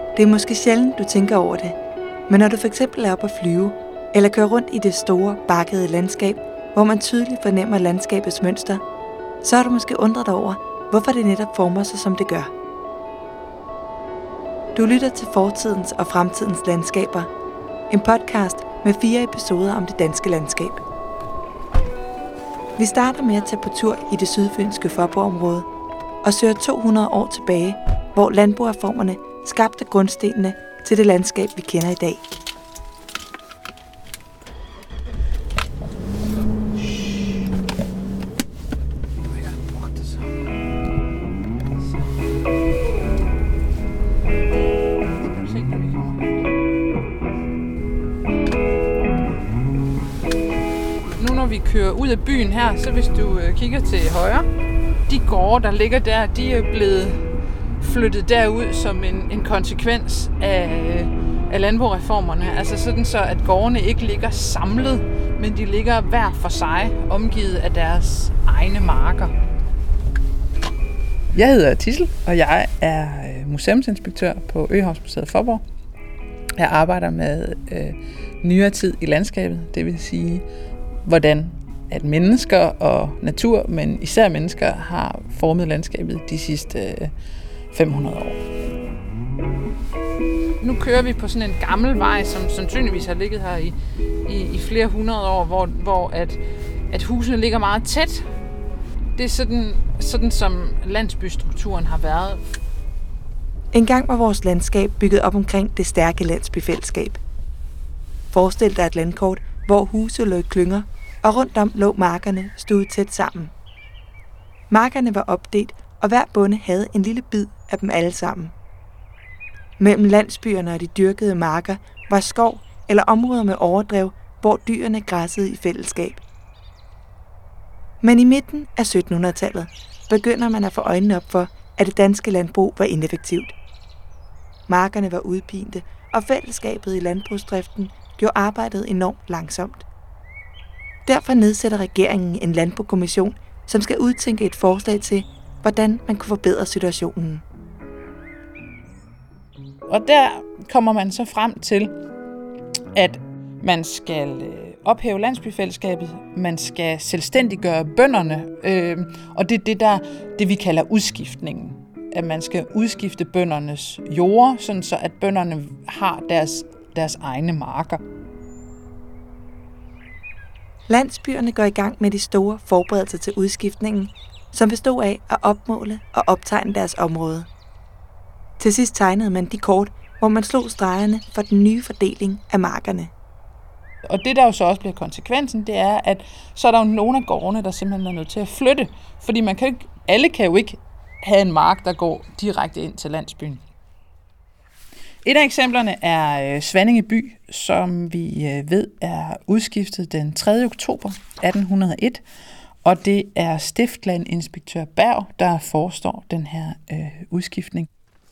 Det er måske sjældent, du tænker over det, men når du f.eks. er oppe at flyve, eller kører rundt i det store, bakkede landskab, hvor man tydeligt fornemmer landskabets mønster, så har du måske undret dig over, hvorfor det netop former sig, som det gør. Du lytter til Fortidens og Fremtidens Landskaber, en podcast med 4 episoder om det danske landskab. Vi starter med at tage på tur i det sydfynske Faaborg-område og søger 200 år tilbage, hvor landboreformerne skabte grundstenene til det landskab, vi kender i dag. Nu når vi kører ud af byen her, så hvis du kigger til højre, de gårde, der ligger der, de er blevet flyttet derud som en konsekvens af landboreformerne. Altså sådan så, at gårdene ikke ligger samlet, men de ligger hver for sig, omgivet af deres egne marker. Jeg hedder Tissel, og jeg er museumsinspektør på Øhavsmuseet Faaborg. Jeg arbejder med nyere tid i landskabet, det vil sige, hvordan at mennesker og natur, men især mennesker, har formet landskabet de sidste 500 år. Nu kører vi på sådan en gammel vej, som sandsynligvis har ligget her i flere hundrede år, hvor at husene ligger meget tæt. Det er sådan som landsbystrukturen har været. Engang var vores landskab bygget op omkring det stærke landsbyfællesskab. Forestil dig et landkort, hvor huse lå i klynger, og rundt om lå markerne stuet tæt sammen. Markerne var opdelt, og hver bonde havde en lille bid af dem alle sammen. Mellem landsbyerne og de dyrkede marker var skov eller områder med overdrev, hvor dyrene græssede i fællesskab. Men i midten af 1700-tallet begynder man at få øjnene op for, at det danske landbrug var ineffektivt. Markerne var udpinte, og fællesskabet i landbrugsdriften gjorde arbejdet enormt langsomt. Derfor nedsætter regeringen en landbrugskommission, som skal udtænke et forslag til, hvordan man kunne forbedre situationen. Og der kommer man så frem til, at man skal ophæve landsbyfællesskabet, man skal selvstændiggøre bønderne, og det er det vi kalder udskiftningen. At man skal udskifte bøndernes jorder, sådan så at bønderne har deres egne marker. Landsbyerne går i gang med de store forberedelser til udskiftningen, som bestod af at opmåle og optegne deres område. Til sidst tegnede man de kort, hvor man slog stregerne for den nye fordeling af markerne. Og det, der jo så også bliver konsekvensen, det er, at så er der jo nogle af gårdene, der simpelthen er nødt til at flytte. Fordi alle kan jo ikke have en mark, der går direkte ind til landsbyen. Et af eksemplerne er Svanninge by, som vi ved er udskiftet den 3. oktober 1801. Og det er stiftlandinspektør Berg, der forestår den her udskiftning.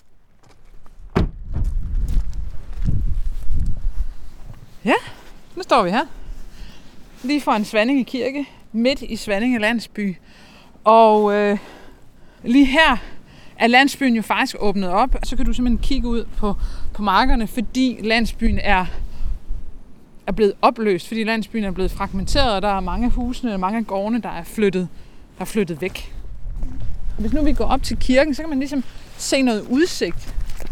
Ja, nu står vi her. Lige foran Svanninge kirke, midt i Svanninge landsby. Og lige her er landsbyen jo faktisk åbnet op, og så kan du simpelthen kigge ud på markerne, fordi landsbyen er blevet opløst, fordi landsbyen er blevet fragmenteret, og der er mange husene og mange gårdene, der er flyttet væk. Hvis nu vi går op til kirken, så kan man ligesom se noget udsigt.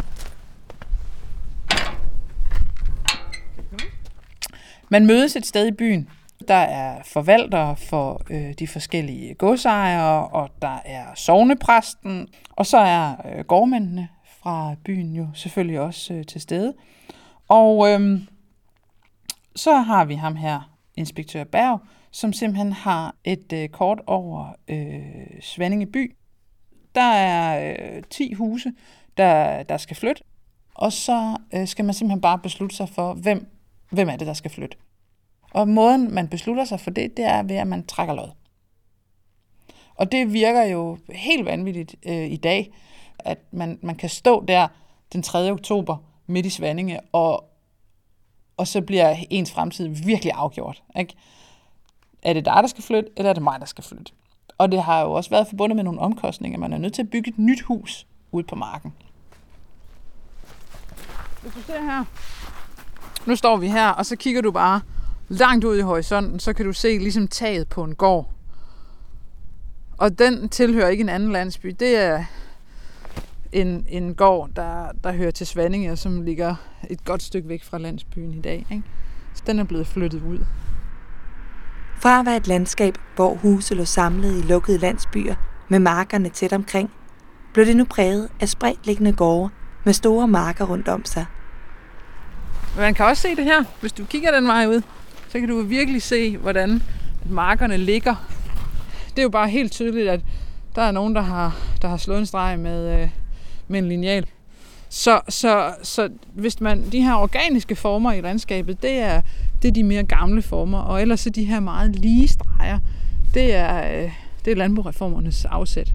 Man mødes et sted i byen. Der er forvaltere for de forskellige godsejere, og der er sognepræsten, og så er gårdmændene fra byen jo selvfølgelig også til stede. Og så har vi ham her, inspektør Berg, som simpelthen har et kort over Svanninge by. Der er 10 huse, der skal flytte, og så skal man simpelthen bare beslutte sig for, hvem er det, der skal flytte. Og måden, man beslutter sig for det er ved, at man trækker lod. Og det virker jo helt vanvittigt i dag, at man kan stå der den 3. oktober midt i Svanninge, og så bliver ens fremtid virkelig afgjort. Ikke? Er det dig, der skal flytte, eller er det mig, der skal flytte? Og det har jo også været forbundet med nogle omkostninger. Man er nødt til at bygge et nyt hus ude på marken. Hvis du ser her, nu står vi her, og så kigger du bare langt ud i horisonten, så kan du se ligesom taget på en gård. Og den tilhører ikke en anden landsby. Det er en gård, der hører til Svanninge, som ligger et godt stykke væk fra landsbyen i dag. Ikke? Så den er blevet flyttet ud. Fra at være et landskab, hvor huse lå samlet i lukkede landsbyer med markerne tæt omkring, blev det nu præget af spredtliggende gårde med store marker rundt om sig. Man kan også se det her. Hvis du kigger den vej ud, så kan du virkelig se, hvordan markerne ligger. Det er jo bare helt tydeligt, at der er nogen, der har slået en streg med en lineal. Så hvis de her organiske former i landskabet, det er de mere gamle former, og ellers så de her meget lige streger, det er landboreformernes afsæt.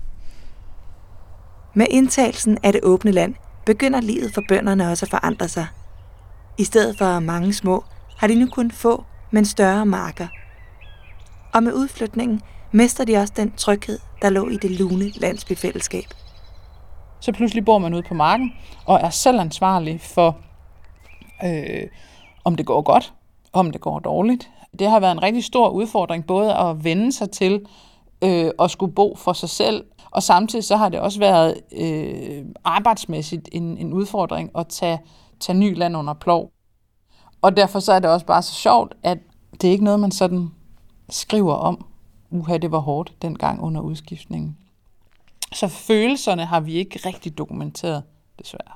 Med indtagelsen af det åbne land begynder livet for bønderne også at forandre sig. I stedet for mange små har de nu kun få, men større marker. Og med udflytningen mister de også den tryghed, der lå i det lune landsbyfællesskab. Så pludselig bor man ude på marken og er selv ansvarlig for, om det går godt, om det går dårligt. Det har været en rigtig stor udfordring, både at vende sig til at skulle bo for sig selv, og samtidig så har det også været arbejdsmæssigt en udfordring at tage ny land under plov. Og derfor så er det også bare så sjovt, at det er ikke noget, man sådan skriver om. Det var hårdt dengang under udskiftningen. Så følelserne har vi ikke rigtig dokumenteret, desværre.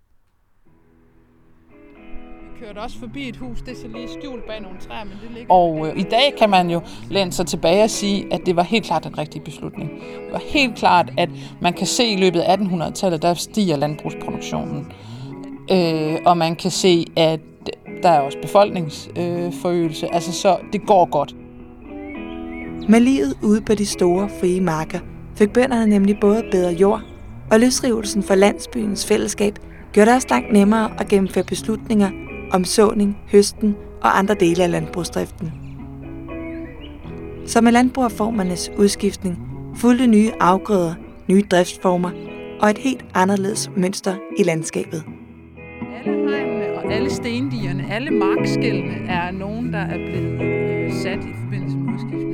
Vi kørte også forbi et hus, det er så lige skjult bag nogle træer, men det ligger... Og i dag kan man jo læne sig tilbage og sige, at det var helt klart en rigtig beslutning. Det var helt klart, at man kan se i løbet af 1800-tallet, der stiger landbrugsproduktionen. Og man kan se, at der er også befolkningsforøgelse. Altså så det går godt. Med livet ude på de store, frie marker fik bønderne nemlig både bedre jord, og løsrivelsen for landsbyens fællesskab gjorde det også langt nemmere at gennemføre beslutninger om såning, høsten og andre dele af landbrugsdriften. Så med landbrugsreformernes udskiftning fulgte nye afgrøder, nye driftsformer og et helt anderledes mønster i landskabet. Alle hegnene og alle stendierne, alle markskældene er nogen, der er blevet sat i forbindelse med udskiftningen.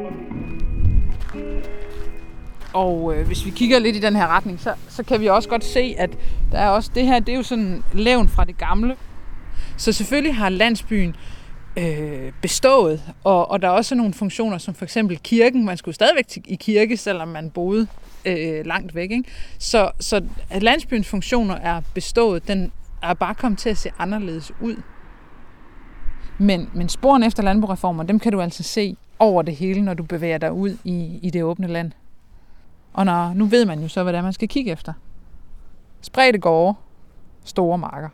Og hvis vi kigger lidt i den her retning, så kan vi også godt se, at der er også det her, det er jo sådan levn fra det gamle. Så selvfølgelig har landsbyen bestået, og der er også nogle funktioner, som for eksempel kirken. Man skulle stadigvæk i kirke, selvom man boede langt væk. Ikke? Så at landsbyens funktioner er bestået, den er bare kommet til at se anderledes ud. Men sporene efter landbrugsreformer, dem kan du altså se over det hele, når du bevæger dig ud i det åbne land. Og nu ved man jo så, hvad det er, man skal kigge efter. Spredte gårde, store marker.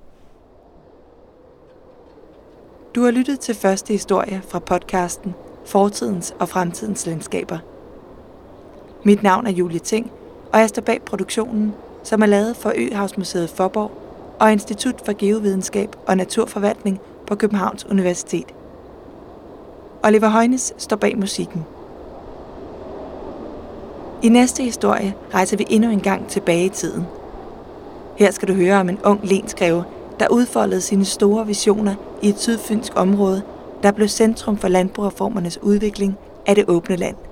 Du har lyttet til første historie fra podcasten Fortidens og Fremtidens Landskaber. Mit navn er Julie Ting, og jeg står bag produktionen, som er lavet for Øhavsmuseet Faaborg og Institut for Geovidenskab og Naturforvaltning på Københavns Universitet. Oliver Højnes står bag musikken. I næste historie rejser vi endnu en gang tilbage i tiden. Her skal du høre om en ung lensgreve, der udfoldede sine store visioner i et sydfynsk område, der blev centrum for landbrugsreformernes udvikling af det åbne land.